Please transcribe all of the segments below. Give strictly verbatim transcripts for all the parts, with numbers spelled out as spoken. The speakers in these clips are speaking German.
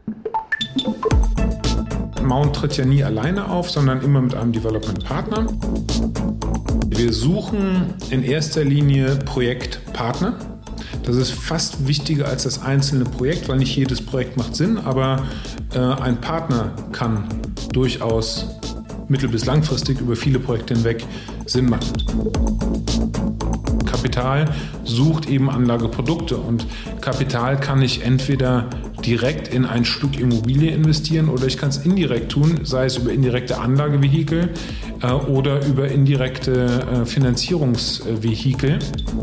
Mount tritt ja nie alleine auf, sondern immer mit einem Development-Partner. Wir suchen in erster Linie Projektpartner. Das ist fast wichtiger als das einzelne Projekt, weil nicht jedes Projekt macht Sinn, aber äh, ein Partner kann durchaus mittel- bis langfristig über viele Projekte hinweg Sinn machen. Kapital sucht eben Anlageprodukte und Kapital kann ich entweder direkt in ein Stück Immobilie investieren oder ich kann es indirekt tun, sei es über indirekte Anlagevehikel äh, oder über indirekte äh, Finanzierungsvehikel.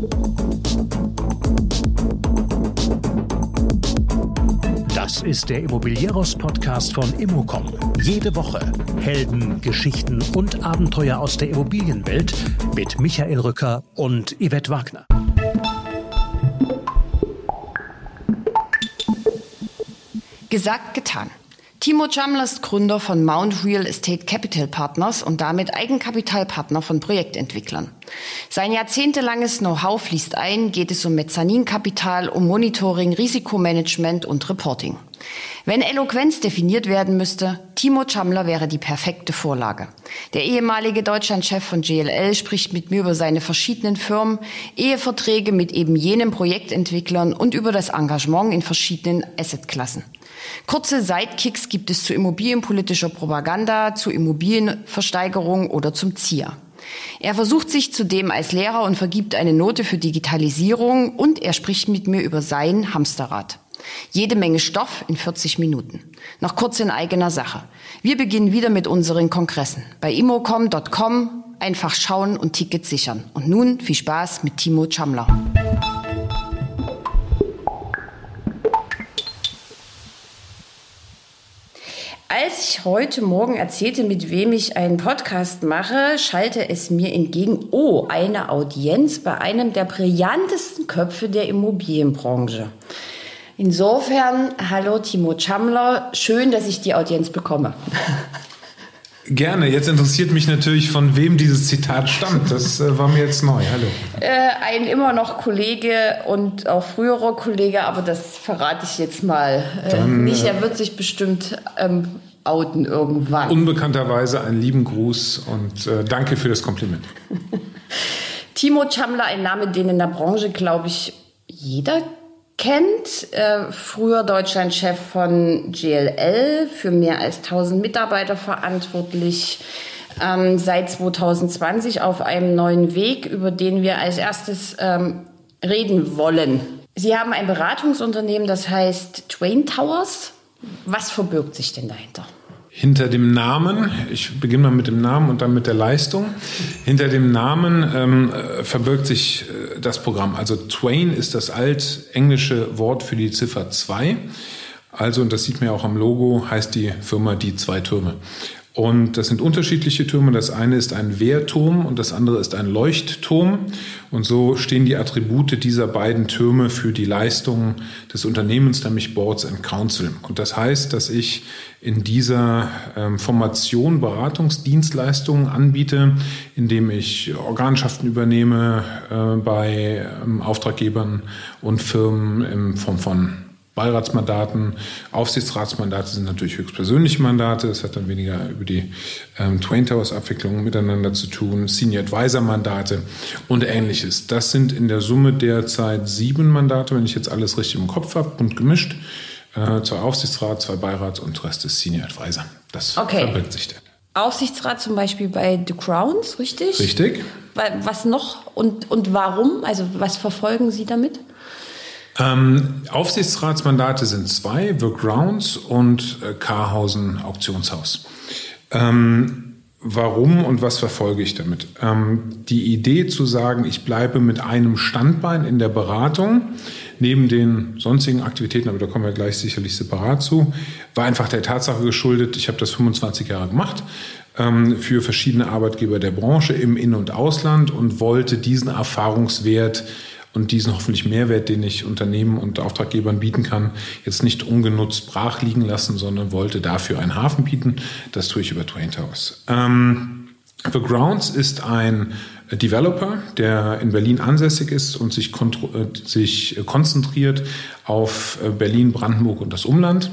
Das ist der Immobilieros-Podcast von Immocom. Jede Woche Helden, Geschichten und Abenteuer aus der Immobilienwelt mit Michael Rücker und Yvette Wagner. Gesagt, getan. Timo Czamler ist Gründer von Mount Real Estate Capital Partners und damit Eigenkapitalpartner von Projektentwicklern. Sein jahrzehntelanges Know-how fließt ein, geht es um Mezzaninkapital, um Monitoring, Risikomanagement und Reporting. Wenn Eloquenz definiert werden müsste, Timo Czamler wäre die perfekte Vorlage. Der ehemalige Deutschlandchef von J L L spricht mit mir über seine verschiedenen Firmen, Eheverträge mit eben jenen Projektentwicklern und über das Engagement in verschiedenen Assetklassen. Kurze Sidekicks gibt es zu immobilienpolitischer Propaganda, zu Immobilienversteigerung oder zum Z I A. Er versucht sich zudem als Lehrer und vergibt eine Note für Digitalisierung und er spricht mit mir über sein Hamsterrad. Jede Menge Stoff in vierzig Minuten. Noch kurz in eigener Sache. Wir beginnen wieder mit unseren Kongressen. Bei immocom punkt com einfach schauen und Tickets sichern. Und nun viel Spaß mit Timo Czamler. Als ich heute Morgen erzählte, mit wem ich einen Podcast mache, schallte es mir entgegen, oh, eine Audienz bei einem der brillantesten Köpfe der Immobilienbranche. Insofern, hallo Timo Czamler, schön, dass ich die Audienz bekomme. Gerne. Jetzt interessiert mich natürlich, von wem dieses Zitat stammt. Das äh, war mir jetzt neu. Hallo. Äh, ein immer noch Kollege und auch früherer Kollege, aber das verrate ich jetzt mal äh, Dann, nicht. Er wird sich bestimmt ähm, outen irgendwann. Unbekannterweise einen lieben Gruß und äh, danke für das Kompliment. Timo Czamler, ein Name, den in der Branche, glaube ich, jeder kennt. Äh, früher Deutschlandchef von J L L, für mehr als tausend Mitarbeiter verantwortlich. Ähm, seit zwanzig zwanzig auf einem neuen Weg, über den wir als erstes ähm, reden wollen. Sie haben ein Beratungsunternehmen, das heißt Twain Towers. Was verbirgt sich denn dahinter? Hinter dem Namen, ich beginne mal mit dem Namen und dann mit der Leistung. Hinter dem Namen ähm, verbirgt sich äh, das Programm. Also Twain ist das altenglische Wort für die Ziffer zwei. Also, und das sieht man ja auch am Logo, heißt die Firma die zwei Türme. Und das sind unterschiedliche Türme. Das eine ist ein Wehrturm und das andere ist ein Leuchtturm. Und so stehen die Attribute dieser beiden Türme für die Leistungen des Unternehmens, nämlich Boards and Council. Und das heißt, dass ich in dieser ähm, Formation Beratungsdienstleistungen anbiete, indem ich Organschaften übernehme äh, bei ähm, Auftraggebern und Firmen in Form von Beiratsmandaten. Aufsichtsratsmandate sind natürlich höchstpersönliche Mandate. Das hat dann weniger über die ähm, Twain Towers Abwicklung miteinander zu tun. Senior Advisor Mandate und Ähnliches. Das sind in der Summe derzeit sieben Mandate, wenn ich jetzt alles richtig im Kopf habe, bunt gemischt. Äh, zwei Aufsichtsrat, zwei Beirats und der Rest ist Senior Advisor. Das okay. verbirgt sich dann. Aufsichtsrat zum Beispiel bei The Crowns, richtig? Richtig. Was noch und, und warum? Also was verfolgen Sie damit? Ähm, Aufsichtsratsmandate sind zwei, The Grounds und äh, Karhausen Auktionshaus. Ähm, warum und was verfolge ich damit? Ähm, die Idee zu sagen, ich bleibe mit einem Standbein in der Beratung, neben den sonstigen Aktivitäten, aber da kommen wir gleich sicherlich separat zu, war einfach der Tatsache geschuldet, ich habe das fünfundzwanzig Jahre gemacht, ähm, für verschiedene Arbeitgeber der Branche im In- und Ausland und wollte diesen Erfahrungswert und diesen hoffentlich Mehrwert, den ich Unternehmen und Auftraggebern bieten kann, jetzt nicht ungenutzt brach liegen lassen, sondern wollte dafür einen Hafen bieten. Das tue ich über Twain Towers. Ähm, The Grounds ist ein Developer, der in Berlin ansässig ist und sich, kontro- sich konzentriert auf Berlin, Brandenburg und das Umland.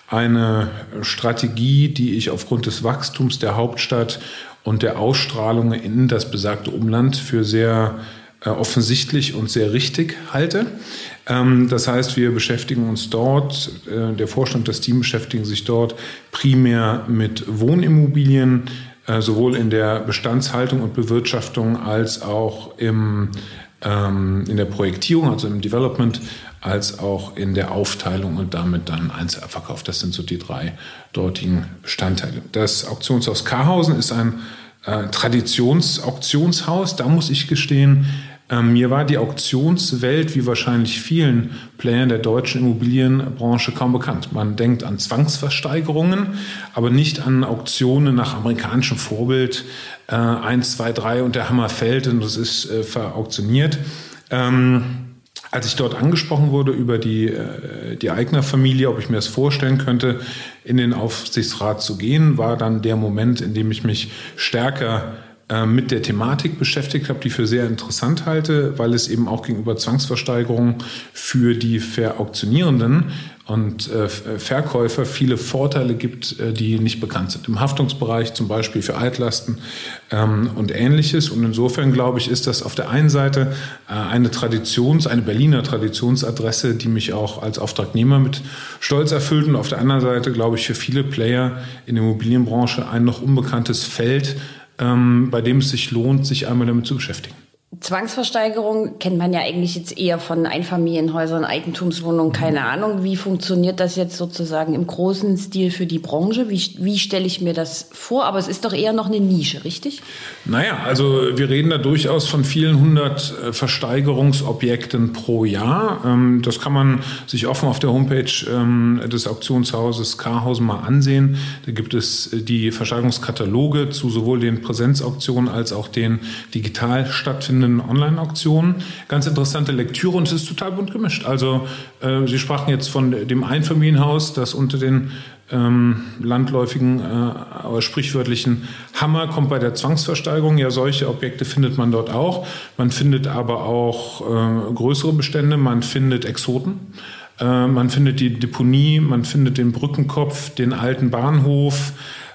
eine Strategie, die ich aufgrund des Wachstums der Hauptstadt und der Ausstrahlung in das besagte Umland für sehr äh, offensichtlich und sehr richtig halte. Ähm, das heißt, wir beschäftigen uns dort, äh, der Vorstand, das Team beschäftigen sich dort primär mit Wohnimmobilien, äh, sowohl in der Bestandshaltung und Bewirtschaftung als auch im, ähm, in der Projektierung, also im Development, als auch in der Aufteilung und damit dann Einzelabverkauf. Das sind so die drei dortigen Bestandteile. Das Auktionshaus Karhausen ist ein äh, Traditionsauktionshaus. Da muss ich gestehen, äh, mir war die Auktionswelt, wie wahrscheinlich vielen Playern der deutschen Immobilienbranche, kaum bekannt. Man denkt an Zwangsversteigerungen, aber nicht an Auktionen nach amerikanischem Vorbild. Äh, eins, zwei, drei und der Hammer fällt und das ist äh, verauktioniert. Ähm, Als ich dort angesprochen wurde über die, die Eignerfamilie, ob ich mir das vorstellen könnte, in den Aufsichtsrat zu gehen, war dann der Moment, in dem ich mich stärker äh, mit der Thematik beschäftigt habe, die ich für sehr interessant halte, weil es eben auch gegenüber Zwangsversteigerungen für die Verauktionierenden und äh, Verkäufer viele Vorteile gibt, äh, die nicht bekannt sind. Im Haftungsbereich zum Beispiel für Altlasten ähm, und Ähnliches. Und insofern, glaube ich, ist das auf der einen Seite äh, eine Traditions-, eine Berliner Traditionsadresse, die mich auch als Auftragnehmer mit Stolz erfüllt. Und auf der anderen Seite, glaube ich, für viele Player in der Immobilienbranche ein noch unbekanntes Feld, ähm, bei dem es sich lohnt, sich einmal damit zu beschäftigen. Zwangsversteigerung kennt man ja eigentlich jetzt eher von Einfamilienhäusern, Eigentumswohnungen, keine Ahnung. Wie funktioniert das jetzt sozusagen im großen Stil für die Branche? Wie, wie stelle ich mir das vor? Aber es ist doch eher noch eine Nische, richtig? Naja, also wir reden da durchaus von vielen hundert Versteigerungsobjekten pro Jahr. Das kann man sich offen auf der Homepage des Auktionshauses Karhausen mal ansehen. Da gibt es die Versteigerungskataloge zu sowohl den Präsenzauktionen als auch den digital stattfindenden Online-Auktionen. Ganz interessante Lektüre und es ist total bunt gemischt. Also äh, Sie sprachen jetzt von dem Einfamilienhaus, das unter den ähm, landläufigen, äh, aber sprichwörtlichen Hammer kommt bei der Zwangsversteigerung. Ja, solche Objekte findet man dort auch. Man findet aber auch äh, größere Bestände, man findet Exoten. Äh, man findet die Deponie, man findet den Brückenkopf, den alten Bahnhof,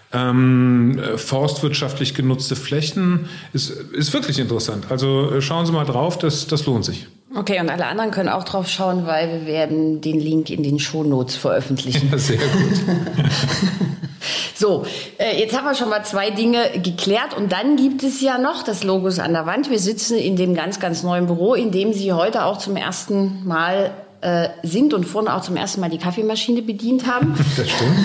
Ähm, forstwirtschaftlich genutzte Flächen, ist, ist wirklich interessant. Also schauen Sie mal drauf, das, das lohnt sich. Okay, und alle anderen können auch drauf schauen, weil wir werden den Link in den Shownotes veröffentlichen. Ja, sehr gut. So, äh, jetzt haben wir schon mal zwei Dinge geklärt und dann gibt es ja noch das Logo an der Wand. Wir sitzen in dem ganz, ganz neuen Büro, in dem Sie heute auch zum ersten Mal äh, sind und vorne auch zum ersten Mal die Kaffeemaschine bedient haben. Das stimmt.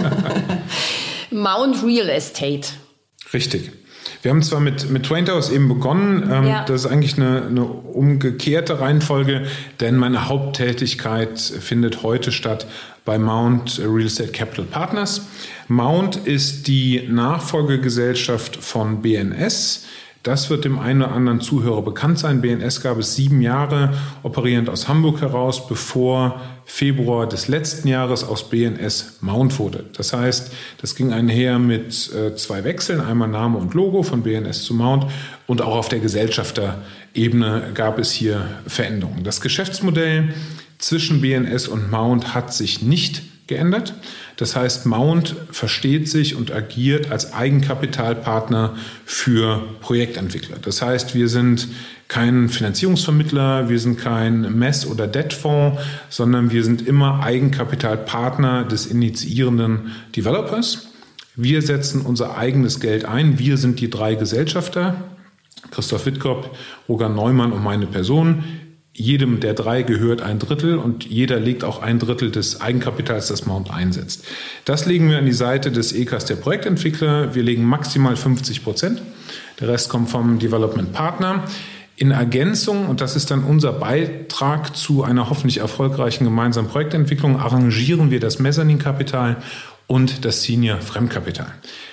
Mount Real Estate. Richtig. Wir haben zwar mit, mit Twain Towers eben begonnen, ähm, ja. Das ist eigentlich eine, eine umgekehrte Reihenfolge, denn meine Haupttätigkeit findet heute statt bei Mount Real Estate Capital Partners. Mount ist die Nachfolgegesellschaft von B N S. Das wird dem einen oder anderen Zuhörer bekannt sein. B N S gab es sieben Jahre, operierend aus Hamburg heraus, bevor Februar des letzten Jahres aus B N S Mount wurde. Das heißt, das ging einher mit äh, zwei Wechseln, einmal Name und Logo von B N S zu Mount und auch auf der Gesellschafterebene gab es hier Veränderungen. Das Geschäftsmodell zwischen B N S und Mount hat sich nicht geändert. Das heißt, Mount versteht sich und agiert als Eigenkapitalpartner für Projektentwickler. Das heißt, wir sind kein Finanzierungsvermittler, wir sind kein Mess- oder Debtfonds, sondern wir sind immer Eigenkapitalpartner des initiierenden Developers. Wir setzen unser eigenes Geld ein. Wir sind die drei Gesellschafter, Christoph Wittkop, Roger Neumann und meine Person. Jedem der drei gehört ein Drittel und jeder legt auch ein Drittel des Eigenkapitals, das Mount einsetzt. Das legen wir an die Seite des E K S der Projektentwickler. Wir legen maximal fünfzig Prozent. Der Rest kommt vom Development Partner. In Ergänzung, und das ist dann unser Beitrag zu einer hoffentlich erfolgreichen gemeinsamen Projektentwicklung, arrangieren wir das Mezzaninkapital und das Senior Fremdkapital.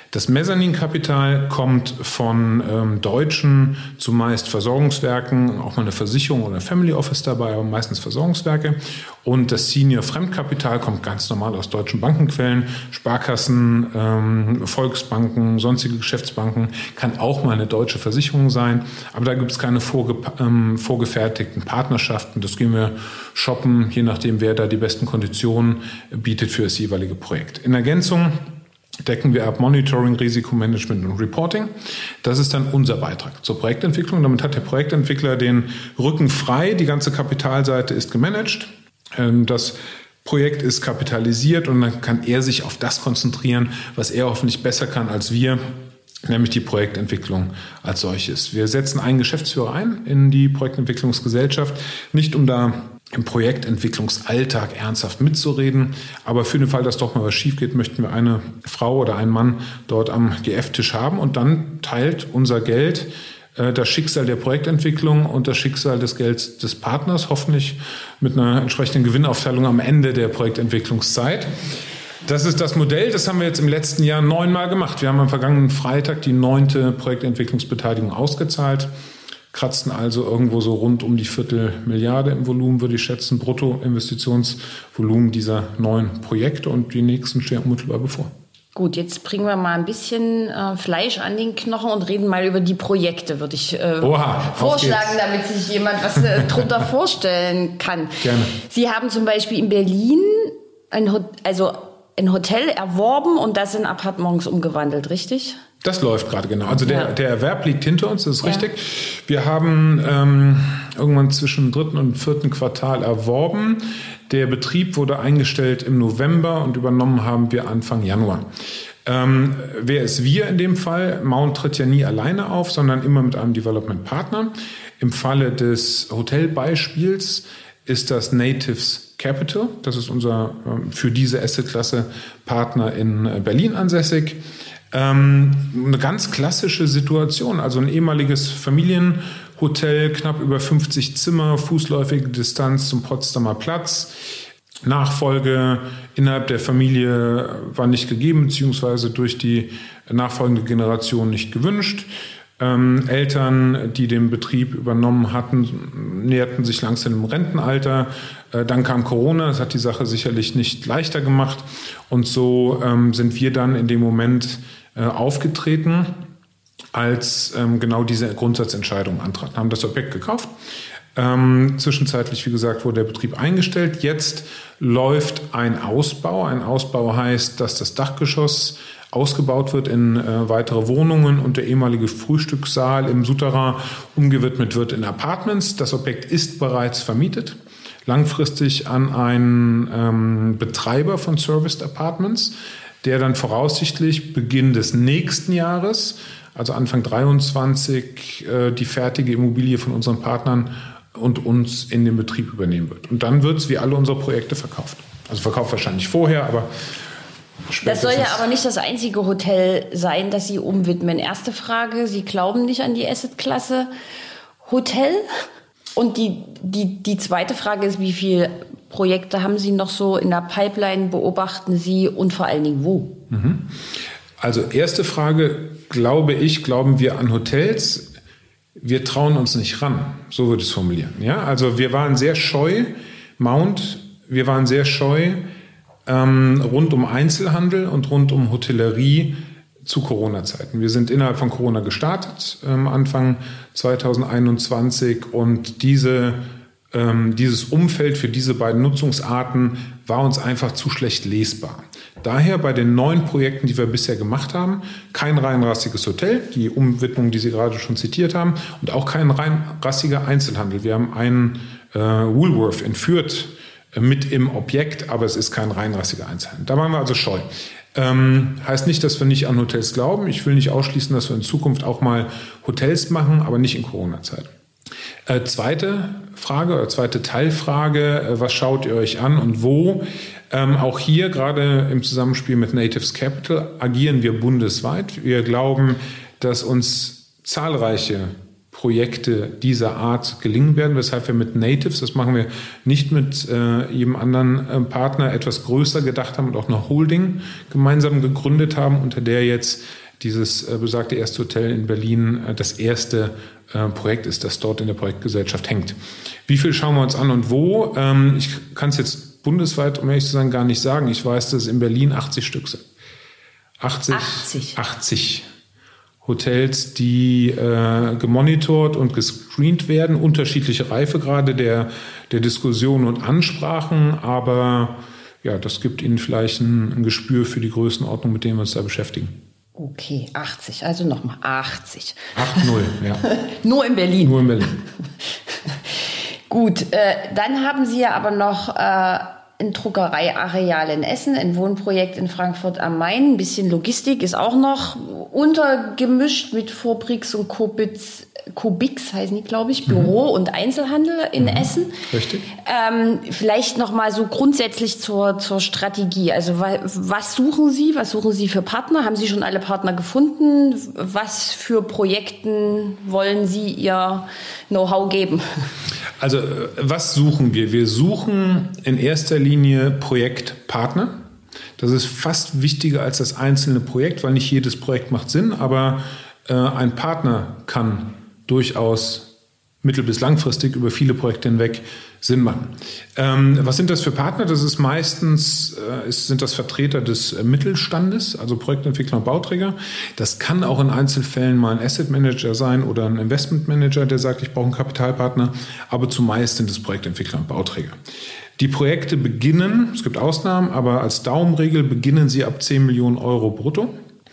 Das Mezzaninkapital kommt von ähm, deutschen, zumeist Versorgungswerken, auch mal eine Versicherung oder ein Family Office dabei, aber meistens Versorgungswerke. Und das Senior Fremdkapital kommt ganz normal aus deutschen Bankenquellen, Sparkassen, ähm, Volksbanken, sonstige Geschäftsbanken, kann auch mal eine deutsche Versicherung sein. Aber da gibt es keine vorge ähm, vorgefertigten Partnerschaften. Das gehen wir shoppen, je nachdem, wer da die besten Konditionen bietet für das jeweilige Projekt. In Ergänzung decken wir ab Monitoring, Risikomanagement und Reporting. Das ist dann unser Beitrag zur Projektentwicklung. Damit hat der Projektentwickler den Rücken frei. Die ganze Kapitalseite ist gemanagt. Das Projekt ist kapitalisiert und dann kann er sich auf das konzentrieren, was er hoffentlich besser kann als wir, nämlich die Projektentwicklung als solches. Wir setzen einen Geschäftsführer ein in die Projektentwicklungsgesellschaft, nicht um da im Projektentwicklungsalltag ernsthaft mitzureden. Aber für den Fall, dass doch mal was schief geht, möchten wir eine Frau oder einen Mann dort am G F-Tisch haben. Und dann teilt unser Geld äh, das Schicksal der Projektentwicklung und das Schicksal des Gelds des Partners, hoffentlich mit einer entsprechenden Gewinnaufteilung am Ende der Projektentwicklungszeit. Das ist das Modell, das haben wir jetzt im letzten Jahr neunmal gemacht. Wir haben am vergangenen Freitag die neunte Projektentwicklungsbeteiligung ausgezahlt. Kratzten also irgendwo so rund um die Viertelmilliarde im Volumen, würde ich schätzen, Bruttoinvestitionsvolumen dieser neuen Projekte, und die nächsten stehen unmittelbar bevor. Gut, jetzt bringen wir mal ein bisschen äh, Fleisch an den Knochen und reden mal über die Projekte, würde ich äh, Oha, vorschlagen, damit sich jemand was äh, drunter vorstellen kann. Gerne. Sie haben zum Beispiel in Berlin ein, Ho- also ein Hotel erworben und das in Appartements umgewandelt, richtig? Das läuft gerade, genau. Also der, ja. der Erwerb liegt hinter uns, das ist ja. richtig. Wir haben ähm, irgendwann zwischen dem dritten und vierten Quartal erworben. Der Betrieb wurde eingestellt im November und übernommen haben wir Anfang Januar. Ähm, wer ist wir in dem Fall? Mount tritt ja nie alleine auf, sondern immer mit einem Development Partner. Im Falle des Hotelbeispiels ist das Natives Capital. Das ist unser ähm, für diese Assetklasse Partner in Berlin ansässig. Ähm, eine ganz klassische Situation, also ein ehemaliges Familienhotel, knapp über fünfzig Zimmer, fußläufige Distanz zum Potsdamer Platz. Nachfolge innerhalb der Familie war nicht gegeben, beziehungsweise durch die nachfolgende Generation nicht gewünscht. Ähm, Eltern, die den Betrieb übernommen hatten, näherten sich langsam im Rentenalter. Äh, dann kam Corona, das hat die Sache sicherlich nicht leichter gemacht. Und so ähm, sind wir dann in dem Moment äh, aufgetreten, als ähm, genau diese Grundsatzentscheidung antraten. Haben das Objekt gekauft. Ähm, zwischenzeitlich, wie gesagt, wurde der Betrieb eingestellt. Jetzt läuft ein Ausbau. Ein Ausbau heißt, dass das Dachgeschoss ausgebaut wird in äh, weitere Wohnungen und der ehemalige Frühstückssaal im Souterrain umgewidmet wird in Apartments. Das Objekt ist bereits vermietet, langfristig an einen ähm, Betreiber von Serviced Apartments, der dann voraussichtlich Beginn des nächsten Jahres, also Anfang dreiundzwanzig, äh, die fertige Immobilie von unseren Partnern und uns in den Betrieb übernehmen wird. Und dann wird es wie alle unsere Projekte verkauft. Also verkauft wahrscheinlich vorher, aber das soll ja aber nicht das einzige Hotel sein, das Sie umwidmen. Erste Frage, Sie glauben nicht an die Assetklasse Hotel? Und die, die, die zweite Frage ist, wie viele Projekte haben Sie noch so in der Pipeline, beobachten Sie und vor allen Dingen wo? Also erste Frage, glaube ich, glauben wir an Hotels? Wir trauen uns nicht ran, so würde ich es formulieren. Ja? Also wir waren sehr scheu, Mount, wir waren sehr scheu, Ähm, rund um Einzelhandel und rund um Hotellerie zu Corona-Zeiten. Wir sind innerhalb von Corona gestartet, ähm, Anfang zwanzig einundzwanzig, und diese, ähm, dieses Umfeld für diese beiden Nutzungsarten war uns einfach zu schlecht lesbar. Daher bei den neun Projekten, die wir bisher gemacht haben, kein reinrassiges Hotel, die Umwidmung, die Sie gerade schon zitiert haben, und auch kein reinrassiger Einzelhandel. Wir haben einen äh, Woolworth entführt, mit im Objekt, aber es ist kein reinrassiger Einzelhandel. Da waren wir also scheu. Ähm, heißt nicht, dass wir nicht an Hotels glauben. Ich will nicht ausschließen, dass wir in Zukunft auch mal Hotels machen, aber nicht in Corona-Zeit. Äh, zweite Frage oder zweite Teilfrage, äh, was schaut ihr euch an und wo? Ähm, auch hier, gerade im Zusammenspiel mit Natives Capital, agieren wir bundesweit. Wir glauben, dass uns zahlreiche Projekte dieser Art gelingen werden, weshalb wir mit Natives, das machen wir nicht mit äh, jedem anderen äh, Partner, etwas größer gedacht haben und auch eine Holding gemeinsam gegründet haben, unter der jetzt dieses äh, besagte erste Hotel in Berlin äh, das erste äh, Projekt ist, das dort in der Projektgesellschaft hängt. Wie viel schauen wir uns an und wo? Ähm, ich kann es jetzt bundesweit, um ehrlich zu sein, gar nicht sagen. Ich weiß, dass es in Berlin achtzig Stück sind. achtzig, achtzig. achtzig Hotels, die äh, gemonitort und gescreent werden, unterschiedliche Reifegrade der, der Diskussionen und Ansprachen, aber ja, das gibt Ihnen vielleicht ein, ein Gespür für die Größenordnung, mit denen wir uns da beschäftigen. Okay, achtzig, also nochmal achtzig. acht null, ja. Nur in Berlin. Nur in Berlin. Gut, äh, dann haben Sie ja aber noch äh, ein Druckereiareal in Essen, ein Wohnprojekt in Frankfurt am Main, ein bisschen Logistik ist auch noch untergemischt mit Vorbrix und Kobitz, Kobix heißen die, glaube ich, Büro mhm. und Einzelhandel in mhm. Essen. Richtig. Ähm, vielleicht noch mal so grundsätzlich zur, zur Strategie. Also was suchen Sie? Was suchen Sie für Partner? Haben Sie schon alle Partner gefunden? Was für Projekten wollen Sie Ihr Know-how geben? Also was suchen wir? Wir suchen in erster Linie Projektpartner. Das ist fast wichtiger als das einzelne Projekt, weil nicht jedes Projekt macht Sinn, aber äh, ein Partner kann durchaus mittel- bis langfristig über viele Projekte hinweg Sinn machen. Ähm, was sind das für Partner? Das ist meistens äh, ist, sind das Vertreter des äh, Mittelstandes, also Projektentwickler und Bauträger. Das kann auch in Einzelfällen mal ein Asset Manager sein oder ein Investment Manager, der sagt, ich brauche einen Kapitalpartner, aber zumeist sind es Projektentwickler und Bauträger. Die Projekte beginnen, es gibt Ausnahmen, aber als Daumenregel beginnen sie ab zehn Millionen Euro brutto.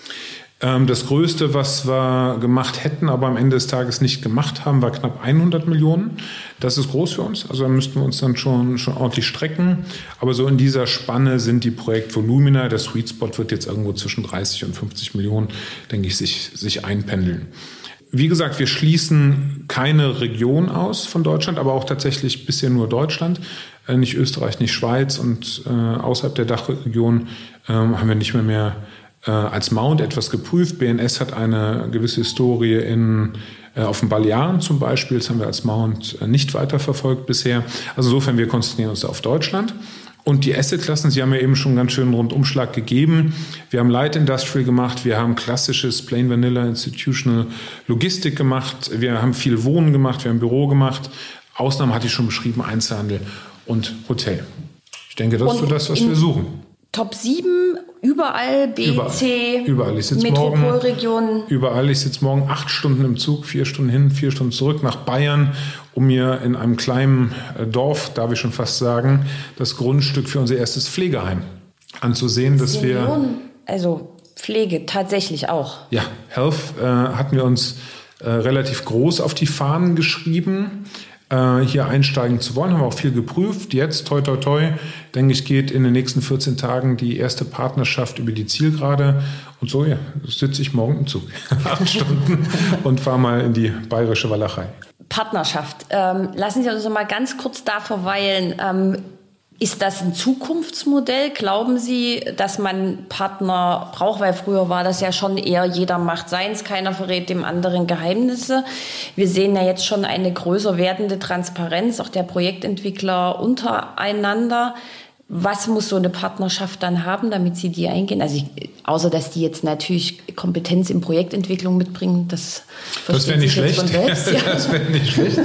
Das Größte, was wir gemacht hätten, aber am Ende des Tages nicht gemacht haben, war knapp hundert Millionen. Das ist groß für uns, also da müssten wir uns dann schon, schon ordentlich strecken. Aber so in dieser Spanne sind die Projektvolumina. Der Sweet Spot wird jetzt irgendwo zwischen dreißig und fünfzig Millionen, denke ich, sich, sich einpendeln. Wie gesagt, wir schließen keine Region aus von Deutschland, aber auch tatsächlich bisher nur Deutschland, äh, nicht Österreich, nicht Schweiz und äh, außerhalb der Dachregion äh, haben wir nicht mehr mehr als Mount etwas geprüft. B N S hat eine gewisse Historie in, äh, auf den Balearen zum Beispiel. Das haben wir als Mount äh, nicht weiterverfolgt bisher. Also insofern, wir konzentrieren uns auf Deutschland. Und die Assetklassen, Sie haben ja eben schon einen ganz schönen Rundumschlag gegeben. Wir haben Light Industrial gemacht, wir haben klassisches Plain Vanilla Institutional Logistik gemacht, wir haben viel Wohnen gemacht, wir haben Büro gemacht. Ausnahmen hatte ich schon beschrieben, Einzelhandel und Hotel. Ich denke, das ist so das, was wir suchen. Top sieben, überall, B, überall. C, überall. Ich Metropolregionen. Überall. Ich sitze morgen acht Stunden im Zug, vier Stunden hin, vier Stunden zurück nach Bayern, um mir in einem kleinen Dorf, darf ich schon fast sagen, das Grundstück für unser erstes Pflegeheim anzusehen, dass wir... Also Pflege tatsächlich auch. Ja, Health äh, hatten wir uns äh, relativ groß auf die Fahnen geschrieben, hier einsteigen zu wollen, haben wir auch viel geprüft. Jetzt, toi, toi, toi, denke ich, geht in den nächsten vierzehn Tagen die erste Partnerschaft über die Zielgerade. Und so, ja, sitze ich morgen im Zug, acht Stunden und fahre mal in die bayerische Walachei. Partnerschaft. Ähm, lassen Sie uns noch mal ganz kurz da verweilen. Ähm, Ist das ein Zukunftsmodell? Glauben Sie, dass man Partner braucht? Weil früher war das ja schon eher, jeder macht seins, keiner verrät dem anderen Geheimnisse. Wir sehen ja jetzt schon eine größer werdende Transparenz, auch der Projektentwickler untereinander. Was muss so eine Partnerschaft dann haben, damit Sie die eingehen? Also ich, außer, dass die jetzt natürlich Kompetenz in Projektentwicklung mitbringen, das Das wäre nicht schlecht. Von selbst, ja. Das wäre nicht schlecht.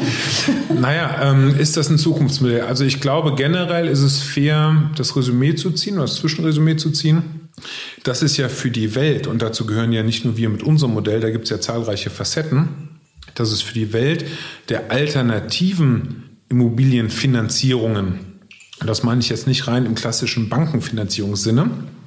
Naja, ähm, ist das ein Zukunftsmodell? Also ich glaube, generell ist es fair, das Resümee zu ziehen, oder das Zwischenresümee zu ziehen. Das ist ja für die Welt, und dazu gehören ja nicht nur wir mit unserem Modell, da gibt es ja zahlreiche Facetten, dass es für die Welt der alternativen Immobilienfinanzierungen, das meine ich jetzt nicht rein im klassischen Bankenfinanzierungssinne,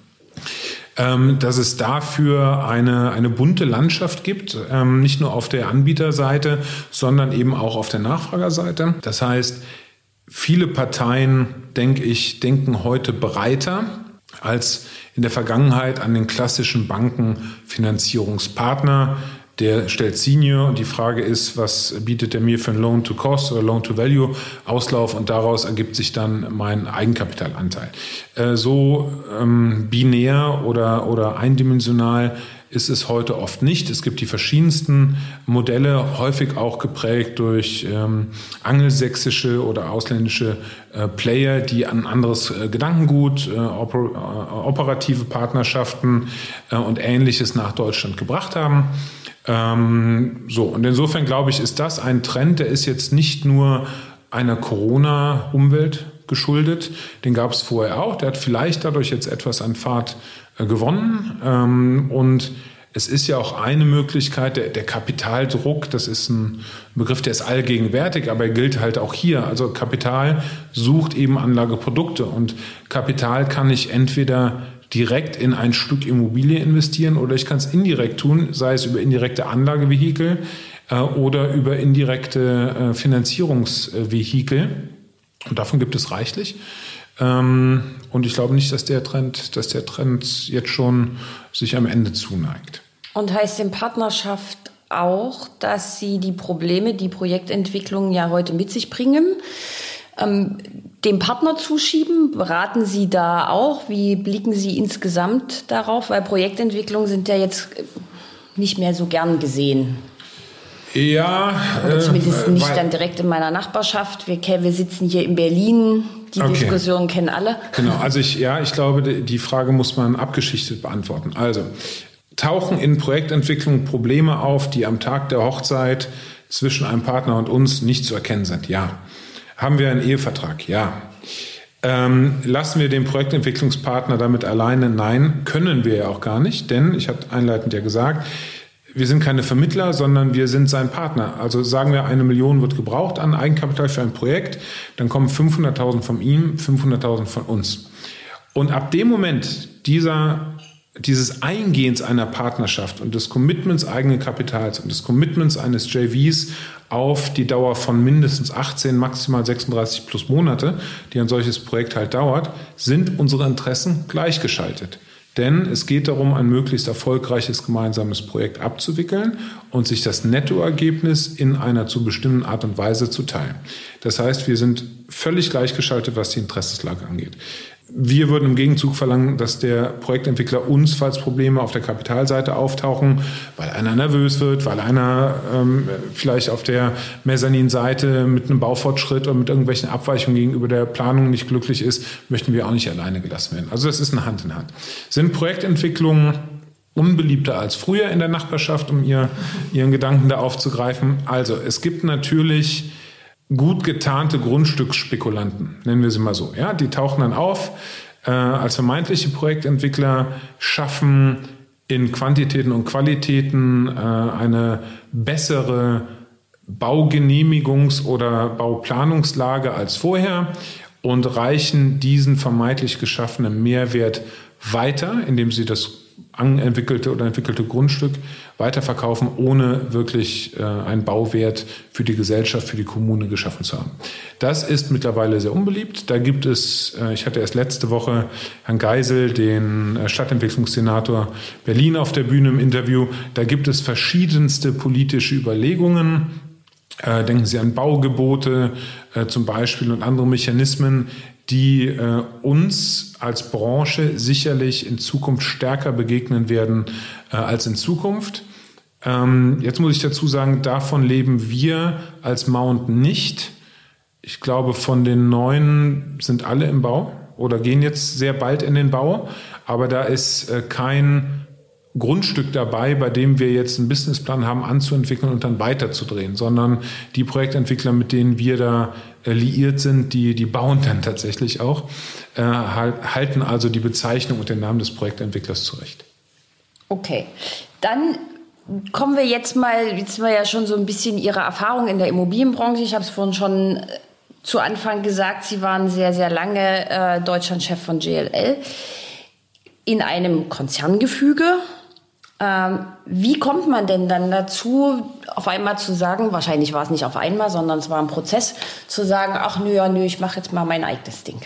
ähm, dass es dafür eine, eine bunte Landschaft gibt, ähm, nicht nur auf der Anbieterseite, sondern eben auch auf der Nachfragerseite. Das heißt, viele Parteien, denke ich, denken heute breiter als in der Vergangenheit an den klassischen Bankenfinanzierungspartner. Der stellt Senior und die Frage ist, was bietet er mir für einen Loan-to-Cost oder Loan-to-Value-Auslauf, und daraus ergibt sich dann mein Eigenkapitalanteil. Äh, so ähm, binär oder, oder eindimensional ist es heute oft nicht. Es gibt die verschiedensten Modelle, häufig auch geprägt durch ähm, angelsächsische oder ausländische äh, Player, die ein anderes äh, Gedankengut, äh, oper, äh, operative Partnerschaften äh, und Ähnliches nach Deutschland gebracht haben. Ähm, so, und insofern glaube ich, ist das ein Trend, der ist jetzt nicht nur einer Corona-Umwelt geschuldet. Den gab es vorher auch. Der hat vielleicht dadurch jetzt etwas an Fahrt äh, gewonnen. Ähm, und es ist ja auch eine Möglichkeit, der, der Kapitaldruck, das ist ein Begriff, der ist allgegenwärtig, aber er gilt halt auch hier. Also Kapital sucht eben Anlageprodukte und Kapital kann ich entweder direkt in ein Stück Immobilie investieren oder ich kann es indirekt tun, sei es über indirekte Anlagevehikel äh, oder über indirekte äh, Finanzierungsvehikel. Und davon gibt es reichlich. Ähm, und ich glaube nicht, dass der Trend, dass der Trend jetzt schon sich am Ende zuneigt. Und heißt in Partnerschaft auch, dass Sie die Probleme, die Projektentwicklungen ja heute mit sich bringen, ähm, dem Partner zuschieben? Beraten Sie da auch? Wie blicken Sie insgesamt darauf? Weil Projektentwicklungen sind ja jetzt nicht mehr so gern gesehen. Ja. Oder zumindest äh, nicht dann direkt in meiner Nachbarschaft. Wir, wir sitzen hier in Berlin. Die okay. Diskussion kennen alle. Genau, also ich, ja, ich glaube, die Frage muss man abgeschichtet beantworten. Also, tauchen in Projektentwicklung Probleme auf, die am Tag der Hochzeit zwischen einem Partner und uns nicht zu erkennen sind? Ja. Haben wir einen Ehevertrag? Ja. Ähm, lassen wir den Projektentwicklungspartner damit alleine? Nein, können wir ja auch gar nicht, denn, ich habe einleitend ja gesagt, wir sind keine Vermittler, sondern wir sind sein Partner. Also sagen wir, eine Million wird gebraucht an Eigenkapital für ein Projekt, dann kommen fünfhunderttausend von ihm, fünfhunderttausend von uns. Und ab dem Moment dieser, dieses Eingehens einer Partnerschaft und des Commitments eigenen Kapitals und des Commitments eines J Vs auf die Dauer von mindestens achtzehn, maximal sechsunddreißig plus Monate, die ein solches Projekt halt dauert, sind unsere Interessen gleichgeschaltet. Denn es geht darum, ein möglichst erfolgreiches gemeinsames Projekt abzuwickeln und sich das Nettoergebnis in einer zu bestimmten Art und Weise zu teilen. Das heißt, wir sind völlig gleichgeschaltet, was die Interessenslage angeht. Wir würden im Gegenzug verlangen, dass der Projektentwickler uns, falls Probleme auf der Kapitalseite auftauchen, weil einer nervös wird, weil einer ähm, vielleicht auf der Mezzaninseite mit einem Baufortschritt oder mit irgendwelchen Abweichungen gegenüber der Planung nicht glücklich ist, möchten wir auch nicht alleine gelassen werden. Also das ist eine Hand in Hand. Sind Projektentwicklungen unbeliebter als früher in der Nachbarschaft, um ihr, Ihren Gedanken da aufzugreifen? Also es gibt natürlich gut getarnte Grundstücksspekulanten, nennen wir sie mal so. Ja, die tauchen dann auf äh, als vermeintliche Projektentwickler, schaffen in Quantitäten und Qualitäten äh, eine bessere Baugenehmigungs- oder Bauplanungslage als vorher und reichen diesen vermeintlich geschaffenen Mehrwert weiter, indem sie das entwickelte oder entwickelte Grundstück weiterverkaufen, ohne wirklich äh, einen Bauwert für die Gesellschaft, für die Kommune geschaffen zu haben. Das ist mittlerweile sehr unbeliebt. Da gibt es, äh, ich hatte erst letzte Woche Herrn Geisel, den äh, Stadtentwicklungssenator Berlin, auf der Bühne im Interview. Da gibt es verschiedenste politische Überlegungen. Äh, denken Sie an Baugebote äh, zum Beispiel und andere Mechanismen, die äh, uns als Branche sicherlich in Zukunft stärker begegnen werden äh, als in Zukunft. Ähm, jetzt muss ich dazu sagen, davon leben wir als Mount nicht. Ich glaube, von den neuen sind alle im Bau oder gehen jetzt sehr bald in den Bau. Aber da ist äh, kein Grundstück dabei, bei dem wir jetzt einen Businessplan haben, anzuentwickeln und dann weiterzudrehen, sondern die Projektentwickler, mit denen wir da äh, liiert sind, die, die bauen dann tatsächlich auch, äh, halten also die Bezeichnung und den Namen des Projektentwicklers zurecht. Okay, dann kommen wir jetzt mal, jetzt haben wir ja schon so ein bisschen Ihre Erfahrung in der Immobilienbranche. Ich habe es vorhin schon zu Anfang gesagt, Sie waren sehr, sehr lange äh, Deutschlandchef von J L L in einem Konzerngefüge. Ähm, wie kommt man denn dann dazu, auf einmal zu sagen, wahrscheinlich war es nicht auf einmal, sondern es war ein Prozess, zu sagen, ach nö, ja, nö, ich mache jetzt mal mein eigenes Ding.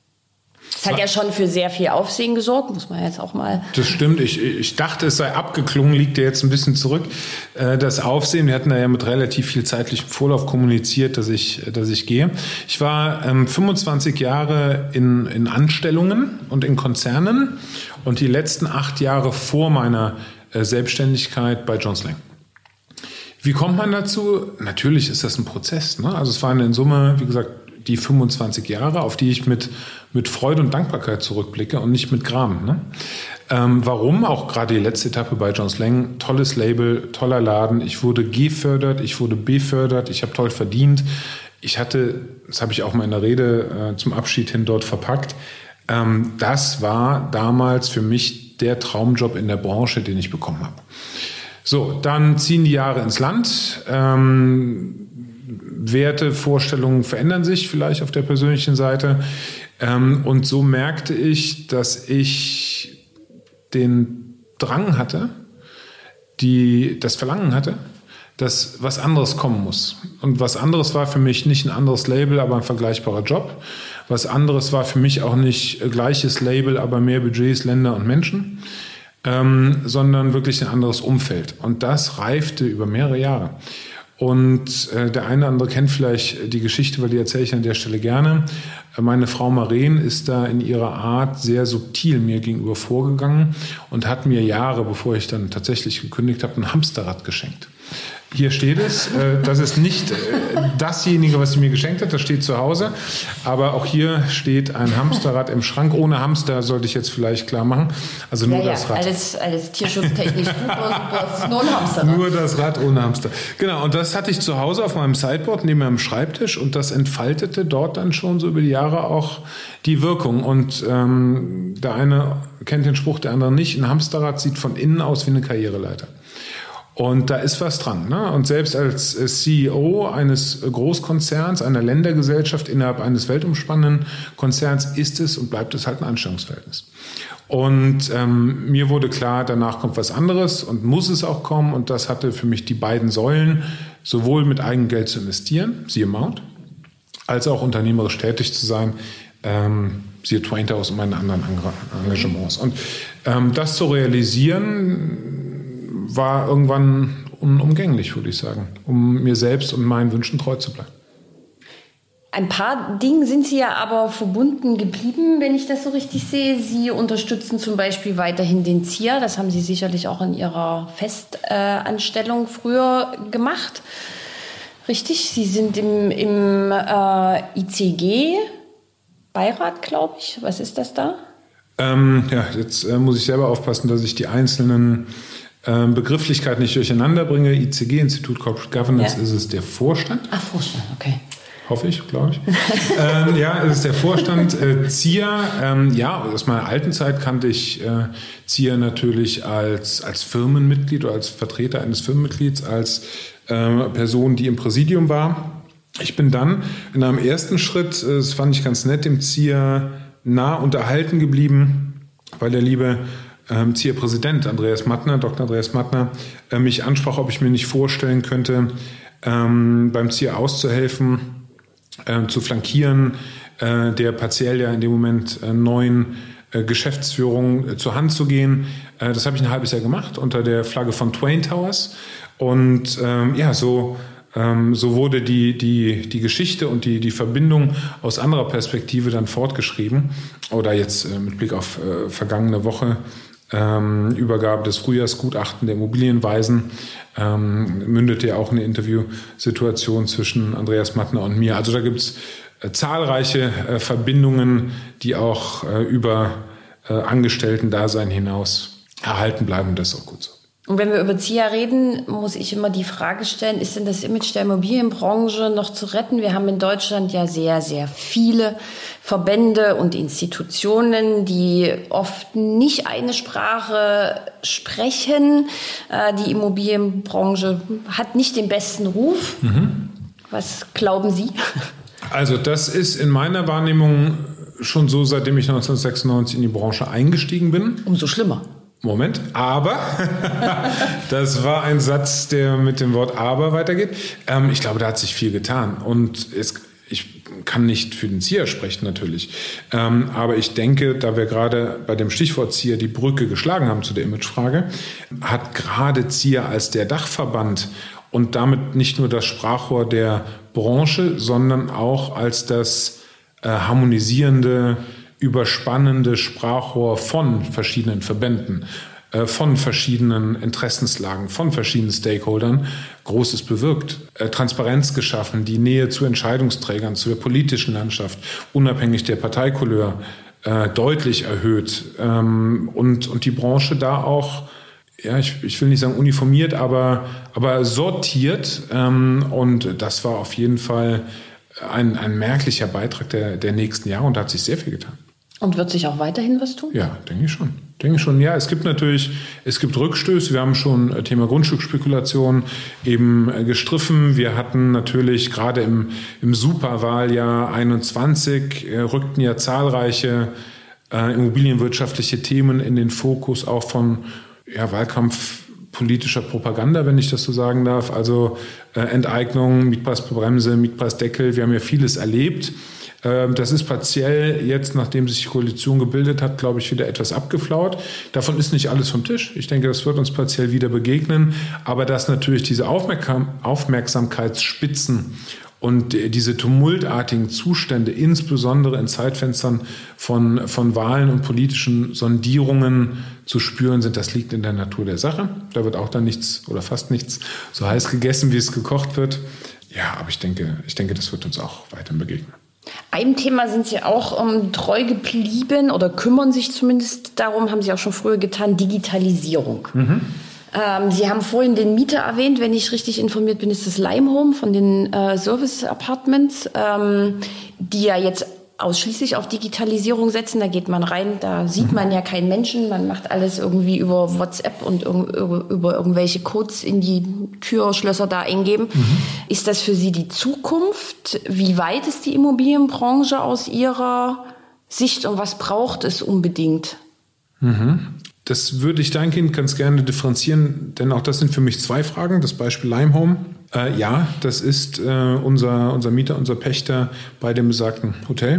Das hat ja schon für sehr viel Aufsehen gesorgt, muss man jetzt auch mal... Das stimmt, ich, ich dachte, es sei abgeklungen, liegt ja jetzt ein bisschen zurück. Das Aufsehen, wir hatten da ja mit relativ viel zeitlichem Vorlauf kommuniziert, dass ich, dass ich gehe. Ich war ähm, fünfundzwanzig Jahre in, in Anstellungen und in Konzernen und die letzten acht Jahre vor meiner äh, Selbstständigkeit bei Jones Lang. Wie kommt man dazu? Natürlich ist das ein Prozess. Ne? Also es waren in Summe, wie gesagt, die fünfundzwanzig Jahre, auf die ich mit, mit Freude und Dankbarkeit zurückblicke und nicht mit Gram. Ne? Ähm, warum? Auch gerade die letzte Etappe bei Jones Lang, tolles Label, toller Laden. Ich wurde gefördert, ich wurde befördert, ich habe toll verdient. Ich hatte, das habe ich auch mal in der Rede äh, zum Abschied hin dort verpackt, ähm, das war damals für mich der Traumjob in der Branche, den ich bekommen habe. So, dann ziehen die Jahre ins Land. Ähm, Werte, Vorstellungen verändern sich vielleicht auf der persönlichen Seite. Ähm, und so merkte ich, dass ich den Drang hatte, die, das Verlangen hatte, dass was anderes kommen muss. Und was anderes war für mich nicht ein anderes Label, aber ein vergleichbarer Job. Was anderes war für mich auch nicht gleiches Label, aber mehr Budgets, Länder und Menschen, ähm, sondern wirklich ein anderes Umfeld. Und das reifte über mehrere Jahre. Und äh, der eine oder andere kennt vielleicht die Geschichte, weil die erzähle ich an der Stelle gerne. Meine Frau Maren ist da in ihrer Art sehr subtil mir gegenüber vorgegangen und hat mir Jahre, bevor ich dann tatsächlich gekündigt habe, ein Hamsterrad geschenkt. Hier steht es, äh, das ist nicht äh, dasjenige, was sie mir geschenkt hat, das steht zu Hause, aber auch hier steht ein Hamsterrad im Schrank. Ohne Hamster sollte ich jetzt vielleicht klar machen, also nur ja, das ja, Rad. Alles, alles tierschutztechnisch super, super, nur ein Hamsterrad. Nur das Rad ohne Hamster. Genau, und das hatte ich zu Hause auf meinem Sideboard neben meinem Schreibtisch und das entfaltete dort dann schon so über die Jahre auch die Wirkung. Und ähm, der eine kennt den Spruch, der andere nicht. Ein Hamsterrad sieht von innen aus wie eine Karriereleiter. Und da ist was dran. Ne? Und selbst als C E O eines Großkonzerns, einer Ländergesellschaft innerhalb eines weltumspannenden Konzerns ist es und bleibt es halt ein Anstellungsverhältnis. Und ähm, mir wurde klar, danach kommt was anderes und muss es auch kommen. Und das hatte für mich die beiden Säulen, sowohl mit eigenem Geld zu investieren, siehe Mount, als auch unternehmerisch tätig zu sein, ähm, siehe Twain Towers und meine anderen Engagements. Und ähm, das zu realisieren, war irgendwann unumgänglich, würde ich sagen, um mir selbst und meinen Wünschen treu zu bleiben. Ein paar Dingen sind Sie ja aber verbunden geblieben, wenn ich das so richtig sehe. Sie unterstützen zum Beispiel weiterhin den Z I A. Das haben Sie sicherlich auch in Ihrer Festanstellung früher gemacht. Richtig? Sie sind im, im äh, I C G-Beirat, glaube ich. Was ist das da? Ähm, ja, jetzt äh, muss ich selber aufpassen, dass ich die einzelnen Begrifflichkeit nicht durcheinander bringe. I C G, Institut Corporate Governance, ja. Ist es der Vorstand. Ach, Vorstand, okay. Hoffe ich, glaube ich. ähm, ja, es ist der Vorstand. Äh, Z I A, ähm, ja, aus meiner alten Zeit kannte ich äh, Z I A natürlich als, als Firmenmitglied oder als Vertreter eines Firmenmitglieds, als äh, Person, die im Präsidium war. Ich bin dann in einem ersten Schritt, äh, das fand ich ganz nett, dem Z I A nah unterhalten geblieben, weil der liebe Ähm, Z I A-Präsident Andreas Mattner, Doktor Andreas Mattner, äh, mich ansprach, ob ich mir nicht vorstellen könnte, ähm, beim Z I A auszuhelfen, äh, zu flankieren, äh, der partiell ja in dem Moment äh, neuen äh, Geschäftsführung äh, zur Hand zu gehen. Äh, das habe ich ein halbes Jahr gemacht unter der Flagge von Twain Towers. Und ähm, ja, so Ähm, so wurde die, die, die Geschichte und die, die Verbindung aus anderer Perspektive dann fortgeschrieben. Oder jetzt äh, mit Blick auf äh, vergangene Woche, ähm, Übergabe des Frühjahrsgutachten der Immobilienweisen, ähm, mündete ja auch eine Interviewsituation zwischen Andreas Mattner und mir. Also da gibt es äh, zahlreiche äh, Verbindungen, die auch äh, über äh, Angestellten-Dasein hinaus erhalten bleiben. Und das ist auch gut so. Und wenn wir über Z I A reden, muss ich immer die Frage stellen, ist denn das Image der Immobilienbranche noch zu retten? Wir haben in Deutschland ja sehr, sehr viele Verbände und Institutionen, die oft nicht eine Sprache sprechen. Die Immobilienbranche hat nicht den besten Ruf. Mhm. Was glauben Sie? Also das ist in meiner Wahrnehmung schon so, seitdem ich neunzehnhundertsechsundneunzig in die Branche eingestiegen bin. Umso schlimmer. Moment, aber, das war ein Satz, der mit dem Wort aber weitergeht. Ähm, ich glaube, da hat sich viel getan und es, ich kann nicht für den Z I A sprechen natürlich, ähm, aber ich denke, da wir gerade bei dem Stichwort Z I A die Brücke geschlagen haben zu der Imagefrage, hat gerade Z I A als der Dachverband und damit nicht nur das Sprachrohr der Branche, sondern auch als das äh, harmonisierende überspannende Sprachrohr von verschiedenen Verbänden äh, von verschiedenen Interessenslagen, von verschiedenen Stakeholdern Großes bewirkt. Äh, Transparenz geschaffen, die Nähe zu Entscheidungsträgern, zu der politischen Landschaft, unabhängig der Parteikouleur, äh, deutlich erhöht. Ähm, und, und die Branche da auch, ja, ich, ich will nicht sagen uniformiert, aber, aber sortiert. Ähm, und das war auf jeden Fall ein, ein merklicher Beitrag der, der nächsten Jahre und da hat sich sehr viel getan. Und wird sich auch weiterhin was tun? Ja, denke ich schon. Denke ich schon. Ja, es gibt natürlich, es gibt Rückstöße. Wir haben schon Thema Grundstückspekulation eben gestriffen. Wir hatten natürlich gerade im, im Superwahljahr einundzwanzig äh, rückten ja zahlreiche äh, immobilienwirtschaftliche Themen in den Fokus auch von ja, Wahlkampfpolitischer Propaganda, wenn ich das so sagen darf. Also äh, Enteignung, Mietpreisbremse, Mietpreisdeckel. Wir haben ja vieles erlebt. Das ist partiell jetzt, nachdem sich die Koalition gebildet hat, glaube ich, wieder etwas abgeflaut. Davon ist nicht alles vom Tisch. Ich denke, das wird uns partiell wieder begegnen. Aber dass natürlich diese Aufmerksam- Aufmerksamkeitsspitzen und diese tumultartigen Zustände, insbesondere in Zeitfenstern von, von Wahlen und politischen Sondierungen zu spüren sind, das liegt in der Natur der Sache. Da wird auch dann nichts oder fast nichts so heiß gegessen, wie es gekocht wird. Ja, aber ich denke, ich denke, das wird uns auch weiterhin begegnen. Einem Thema sind Sie auch ähm, treu geblieben oder kümmern sich zumindest darum, haben Sie auch schon früher getan, Digitalisierung. Mhm. Ähm, Sie haben vorhin den Mieter erwähnt, wenn ich richtig informiert bin, ist das Limehome von den äh, Service Apartments, ähm, die ja jetzt ausschließlich auf Digitalisierung setzen. Da geht man rein, da sieht man ja keinen Menschen, man macht alles irgendwie über WhatsApp und über, über irgendwelche Codes in die Türschlösser da eingeben. Mhm. Ist das für Sie die Zukunft? Wie weit ist die Immobilienbranche aus Ihrer Sicht und was braucht es unbedingt? Mhm. Das würde ich dahingehend ganz gerne differenzieren, denn auch das sind für mich zwei Fragen. Das Beispiel Limehome. Äh, ja, das ist äh, unser, unser Mieter, unser Pächter bei dem besagten Hotel.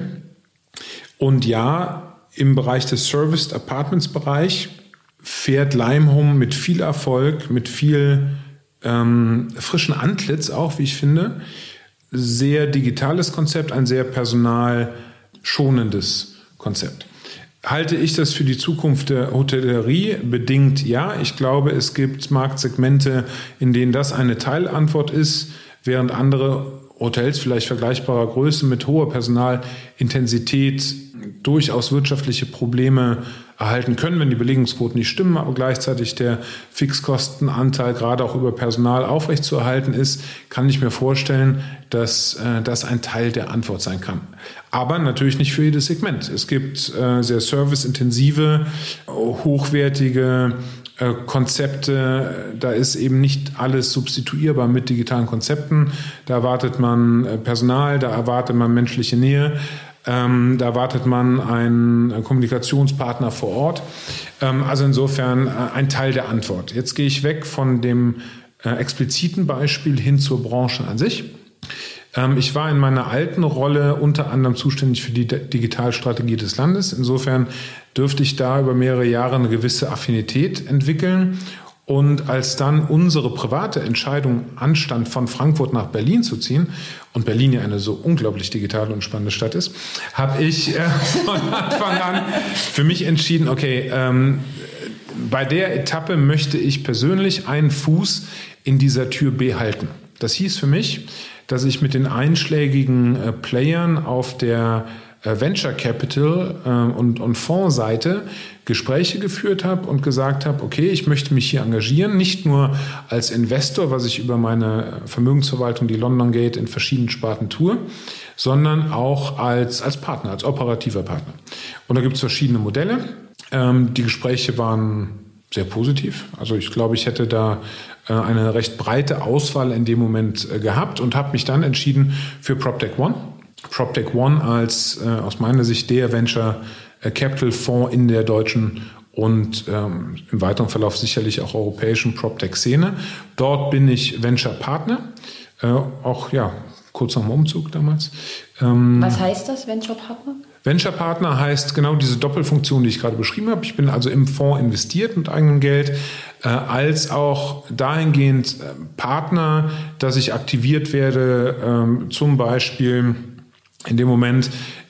Und ja, im Bereich des Serviced Apartments Bereich fährt Limehome mit viel Erfolg, mit viel ähm, frischen Antlitz auch, wie ich finde. Sehr digitales Konzept, ein sehr personalschonendes Konzept. Halte ich das für die Zukunft der Hotellerie? Bedingt ja. Ich glaube, es gibt Marktsegmente, in denen das eine Teilantwort ist, während andere Hotels vielleicht vergleichbarer Größe mit hoher Personalintensität durchaus wirtschaftliche Probleme erhalten können, wenn die Belegungsquoten nicht stimmen, aber gleichzeitig der Fixkostenanteil gerade auch über Personal aufrechtzuerhalten ist, kann ich mir vorstellen, dass äh, das ein Teil der Antwort sein kann. Aber natürlich nicht für jedes Segment. Es gibt äh, sehr serviceintensive, hochwertige äh, Konzepte. Da ist eben nicht alles substituierbar mit digitalen Konzepten. Da erwartet man äh, Personal, da erwartet man menschliche Nähe. Ähm, da erwartet man einen Kommunikationspartner vor Ort. Ähm, also insofern äh, ein Teil der Antwort. Jetzt gehe ich weg von dem äh, expliziten Beispiel hin zur Branche an sich. Ähm, ich war in meiner alten Rolle unter anderem zuständig für die D- Digitalstrategie des Landes. Insofern dürfte ich da über mehrere Jahre eine gewisse Affinität entwickeln. Und als dann unsere private Entscheidung anstand, von Frankfurt nach Berlin zu ziehen, und Berlin ja eine so unglaublich digitale und spannende Stadt ist, habe ich äh, von Anfang an für mich entschieden, okay, ähm, bei der Etappe möchte ich persönlich einen Fuß in dieser Tür behalten. Das hieß für mich, dass ich mit den einschlägigen äh, Playern auf der äh, Venture Capital äh, und, und Fondsseite Gespräche geführt habe und gesagt habe, okay, ich möchte mich hier engagieren, nicht nur als Investor, was ich über meine Vermögensverwaltung, die London Gate, in verschiedenen Sparten tue, sondern auch als, als Partner, als operativer Partner. Und da gibt es verschiedene Modelle. Ähm, die Gespräche waren sehr positiv. Also ich glaube, ich hätte da äh, eine recht breite Auswahl in dem Moment äh, gehabt und habe mich dann entschieden für PropTech One. PropTech One als äh, aus meiner Sicht der Venture Capital Fonds in der deutschen und ähm, im weiteren Verlauf sicherlich auch europäischen PropTech-Szene. Dort bin ich Venture-Partner, äh, auch ja kurz nach dem Umzug damals. Ähm, Was heißt das, Venture-Partner? Venture-Partner heißt genau diese Doppelfunktion, die ich gerade beschrieben habe. Ich bin also im Fonds investiert mit eigenem Geld, äh, als auch dahingehend äh, Partner, dass ich aktiviert werde, äh, zum Beispiel in dem Moment,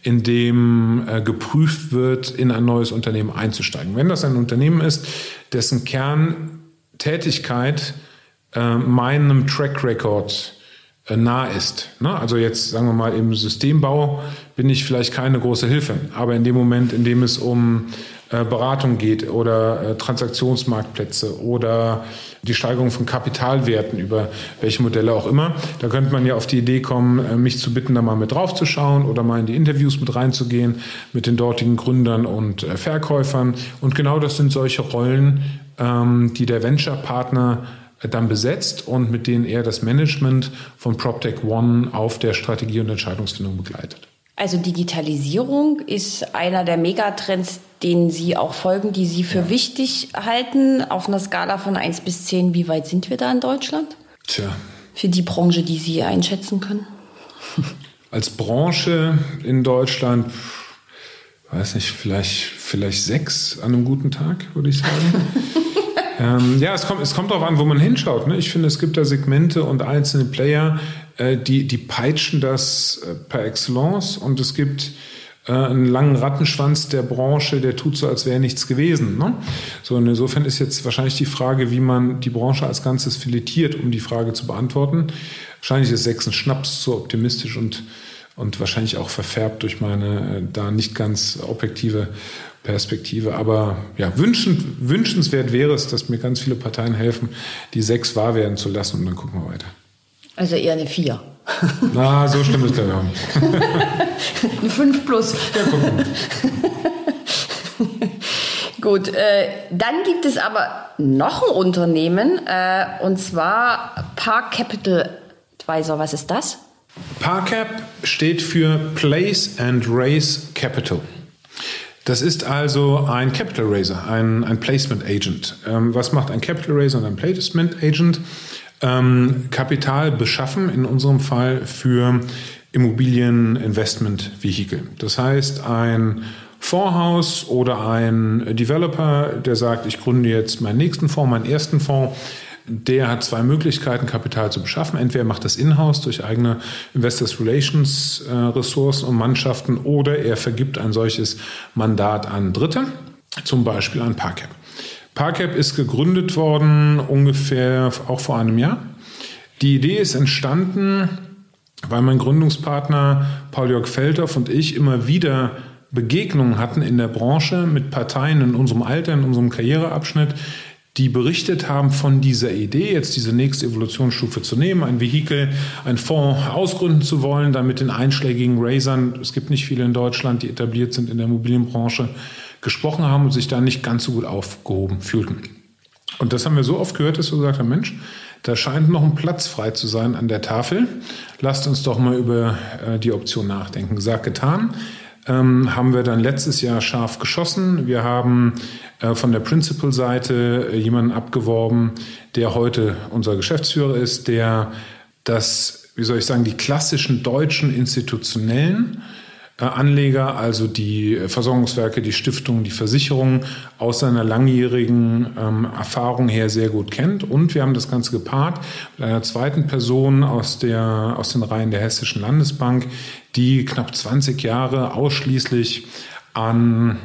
in dem äh, geprüft wird, in ein neues Unternehmen einzusteigen. Wenn das ein Unternehmen ist, dessen Kerntätigkeit äh, meinem Track Record äh, nah ist. Ne? Also jetzt sagen wir mal im Systembau bin ich vielleicht keine große Hilfe, aber in dem Moment, in dem es um äh, Beratung geht oder äh, Transaktionsmarktplätze oder die Steigerung von Kapitalwerten über welche Modelle auch immer. Da könnte man ja auf die Idee kommen, mich zu bitten, da mal mit draufzuschauen oder mal in die Interviews mit reinzugehen mit den dortigen Gründern und Verkäufern. Und genau das sind solche Rollen, die der Venture-Partner dann besetzt und mit denen er das Management von PropTech One auf der Strategie- und Entscheidungsfindung begleitet. Also Digitalisierung ist einer der Megatrends, denen Sie auch folgen, die Sie für ja. wichtig halten. Auf einer Skala von eins bis zehn, wie weit sind wir da in Deutschland? Tja. Für die Branche, die Sie einschätzen können? Als Branche in Deutschland, weiß nicht, vielleicht, vielleicht sechs an einem guten Tag, würde ich sagen. ähm, ja, es kommt, es kommt darauf an, wo man hinschaut. Ne? Ich finde, es gibt da Segmente und einzelne Player, äh, die, die peitschen das äh, per Excellence, und es gibt äh, einen langen Rattenschwanz der Branche, der tut so, als wäre nichts gewesen. Ne? So, und insofern ist jetzt wahrscheinlich die Frage, wie man die Branche als Ganzes filetiert, um die Frage zu beantworten. Wahrscheinlich ist sechs ein Schnaps, zu optimistisch und, und wahrscheinlich auch verfärbt durch meine äh, da nicht ganz objektive Perspektive. Aber ja, wünschend, wünschenswert wäre es, dass mir ganz viele Parteien helfen, die sechs wahr werden zu lassen, und dann gucken wir weiter. Also eher eine vier. Na, so schlimm ist das ja auch nicht. Eine fünf plus. Ja, gucken. Gut, äh, dann gibt es aber noch ein Unternehmen, äh, und zwar Park Capital Advisor. Was ist das? ParCap steht für Place and Raise Capital. Das ist also ein Capital Raiser, ein, ein Placement Agent. Ähm, was macht ein Capital Raiser und ein Placement Agent? Ähm, Kapital beschaffen, in unserem Fall für Immobilieninvestment-Vehikel. Das heißt, ein Fondshaus oder ein Developer, der sagt, ich gründe jetzt meinen nächsten Fonds, meinen ersten Fonds, der hat zwei Möglichkeiten, Kapital zu beschaffen. Entweder macht das in-house durch eigene Investors Relations äh, Ressourcen und Mannschaften, oder er vergibt ein solches Mandat an Dritte, zum Beispiel an ParCap. ParCap ist gegründet worden ungefähr auch vor einem Jahr. Die Idee ist entstanden, weil mein Gründungspartner Paul-Jörg Feldhoff und ich immer wieder Begegnungen hatten in der Branche mit Parteien in unserem Alter, in unserem Karriereabschnitt, die berichtet haben von dieser Idee, jetzt diese nächste Evolutionsstufe zu nehmen, ein Vehikel, ein Fonds ausgründen zu wollen, dann mit den einschlägigen Raisern, es gibt nicht viele in Deutschland, die etabliert sind in der Immobilienbranche, gesprochen haben und sich da nicht ganz so gut aufgehoben fühlten. Und das haben wir so oft gehört, dass wir gesagt haben, Mensch, da scheint noch ein Platz frei zu sein an der Tafel. Lasst uns doch mal über äh, die Option nachdenken. Gesagt, getan. Ähm, haben wir dann letztes Jahr scharf geschossen. Wir haben äh, von der Principal-Seite äh, jemanden abgeworben, der heute unser Geschäftsführer ist, der das, wie soll ich sagen, die klassischen deutschen institutionellen äh, Anleger, also die Versorgungswerke, die Stiftungen, die Versicherungen aus seiner langjährigen ähm, Erfahrung her sehr gut kennt. Und wir haben das Ganze gepaart mit einer zweiten Person aus, der, aus den Reihen der Hessischen Landesbank, die knapp zwanzig Jahre ausschließlich an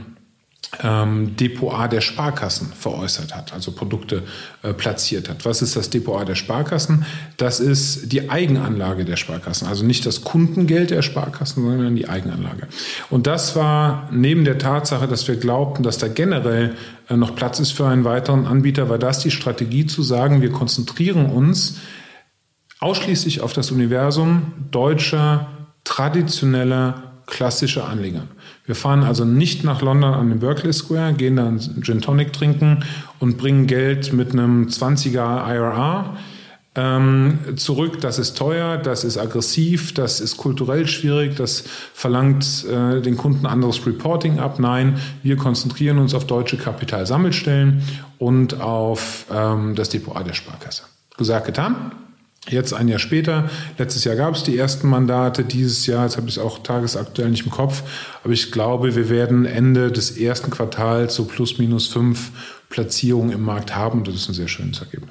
ähm, Depot A der Sparkassen veräußert hat, also Produkte äh, platziert hat. Was ist das Depot A der Sparkassen? Das ist die Eigenanlage der Sparkassen, also nicht das Kundengeld der Sparkassen, sondern die Eigenanlage. Und das war neben der Tatsache, dass wir glaubten, dass da generell äh, noch Platz ist für einen weiteren Anbieter, war das die Strategie zu sagen, wir konzentrieren uns ausschließlich auf das Universum deutscher, traditioneller, klassischer Anleger. Wir fahren also nicht nach London an den Berkeley Square, gehen dann Gin Tonic trinken und bringen Geld mit einem zwanziger I R R ähm, zurück. Das ist teuer, das ist aggressiv, das ist kulturell schwierig, das verlangt äh, den Kunden anderes Reporting ab. Nein, wir konzentrieren uns auf deutsche Kapitalsammelstellen und auf ähm, das Depot A der Sparkasse. Gesagt, getan. Jetzt ein Jahr später, letztes Jahr gab es die ersten Mandate, dieses Jahr, jetzt habe ich es auch tagesaktuell nicht im Kopf, aber ich glaube, wir werden Ende des ersten Quartals so plus minus fünf Platzierungen im Markt haben, und das ist ein sehr schönes Ergebnis.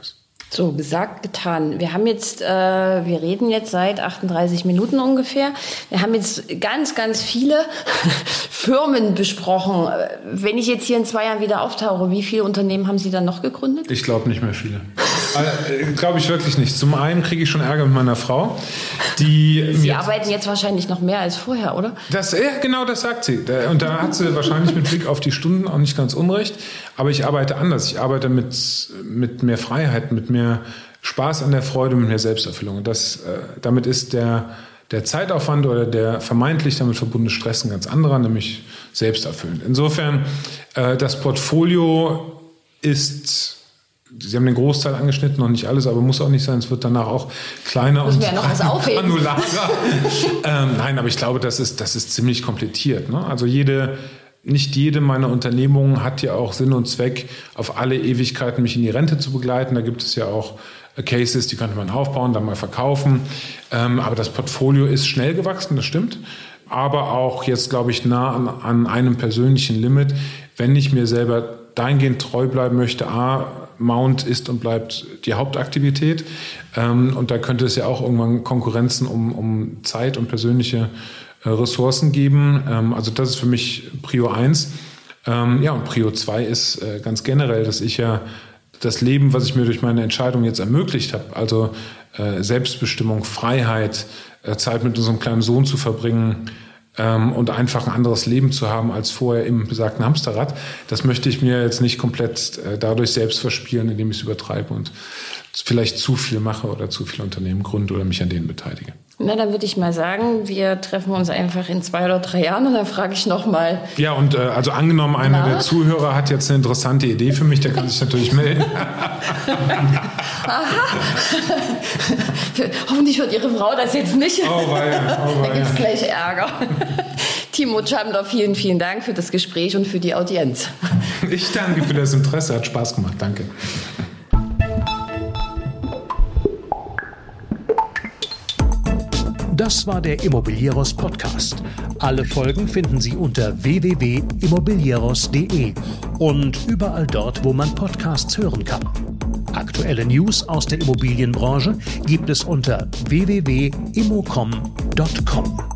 So, gesagt, getan. Wir haben jetzt, äh, wir reden jetzt seit achtunddreißig Minuten ungefähr. Wir haben jetzt ganz, ganz viele Firmen besprochen. Wenn ich jetzt hier in zwei Jahren wieder auftauche, wie viele Unternehmen haben Sie dann noch gegründet? Ich glaube nicht mehr viele. äh, glaube ich wirklich nicht. Zum einen kriege ich schon Ärger mit meiner Frau. Die Sie arbeiten jetzt wahrscheinlich noch mehr als vorher, oder? Das, ja, genau, das sagt sie. Und da hat sie wahrscheinlich mit Blick auf die Stunden auch nicht ganz unrecht. Aber ich arbeite anders. Ich arbeite mit, mit mehr Freiheit, mit mehr Spaß an der Freude, mit mehr Selbsterfüllung. Und das, äh, damit ist der, der Zeitaufwand oder der vermeintlich damit verbundene Stress ein ganz anderer, nämlich selbsterfüllend. Insofern, äh, das Portfolio ist... Sie haben den Großteil angeschnitten, noch nicht alles, aber muss auch nicht sein. Es wird danach auch kleiner Müssen und wir ja noch was aufheben. granularer. ähm, nein, aber ich glaube, das ist, das ist ziemlich komplettiert. Ne? Also jede, nicht jede meiner Unternehmungen hat ja auch Sinn und Zweck, auf alle Ewigkeiten mich in die Rente zu begleiten. Da gibt es ja auch Cases, die könnte man aufbauen, dann mal verkaufen. Ähm, aber das Portfolio ist schnell gewachsen, das stimmt. Aber auch jetzt, glaube ich, nah an, an einem persönlichen Limit, wenn ich mir selber dahingehend treu bleiben möchte, a, Mount ist und bleibt die Hauptaktivität. Ähm, und da könnte es ja auch irgendwann Konkurrenzen um, um Zeit und persönliche äh, Ressourcen geben. Ähm, also das ist für mich Prio eins. Ähm, ja, und Prio zwei ist äh, ganz generell, dass ich ja das Leben, was ich mir durch meine Entscheidung jetzt ermöglicht habe, also äh, Selbstbestimmung, Freiheit, äh, Zeit mit unserem kleinen Sohn zu verbringen, und einfach ein anderes Leben zu haben als vorher im besagten Hamsterrad, das möchte ich mir jetzt nicht komplett dadurch selbst verspielen, indem ich es übertreibe und vielleicht zu viel mache oder zu viele Unternehmen gründe oder mich an denen beteilige. Na, dann würde ich mal sagen, wir treffen uns einfach in zwei oder drei Jahren und dann frage ich nochmal. Ja, und äh, also angenommen, einer Na? der Zuhörer hat jetzt eine interessante Idee für mich, der kann sich natürlich melden. Aha. Hoffentlich hört Ihre Frau das jetzt nicht. Oh weia, oh weia. Da gibt es gleich Ärger. Timo Chandler, vielen, vielen Dank für das Gespräch und für die Audienz. Ich danke für das Interesse, hat Spaß gemacht, danke. Das war der Immobilieros Podcast. Alle Folgen finden Sie unter w w w punkt immobilieros punkt de und überall dort, wo man Podcasts hören kann. Aktuelle News aus der Immobilienbranche gibt es unter w w w punkt immocom punkt com.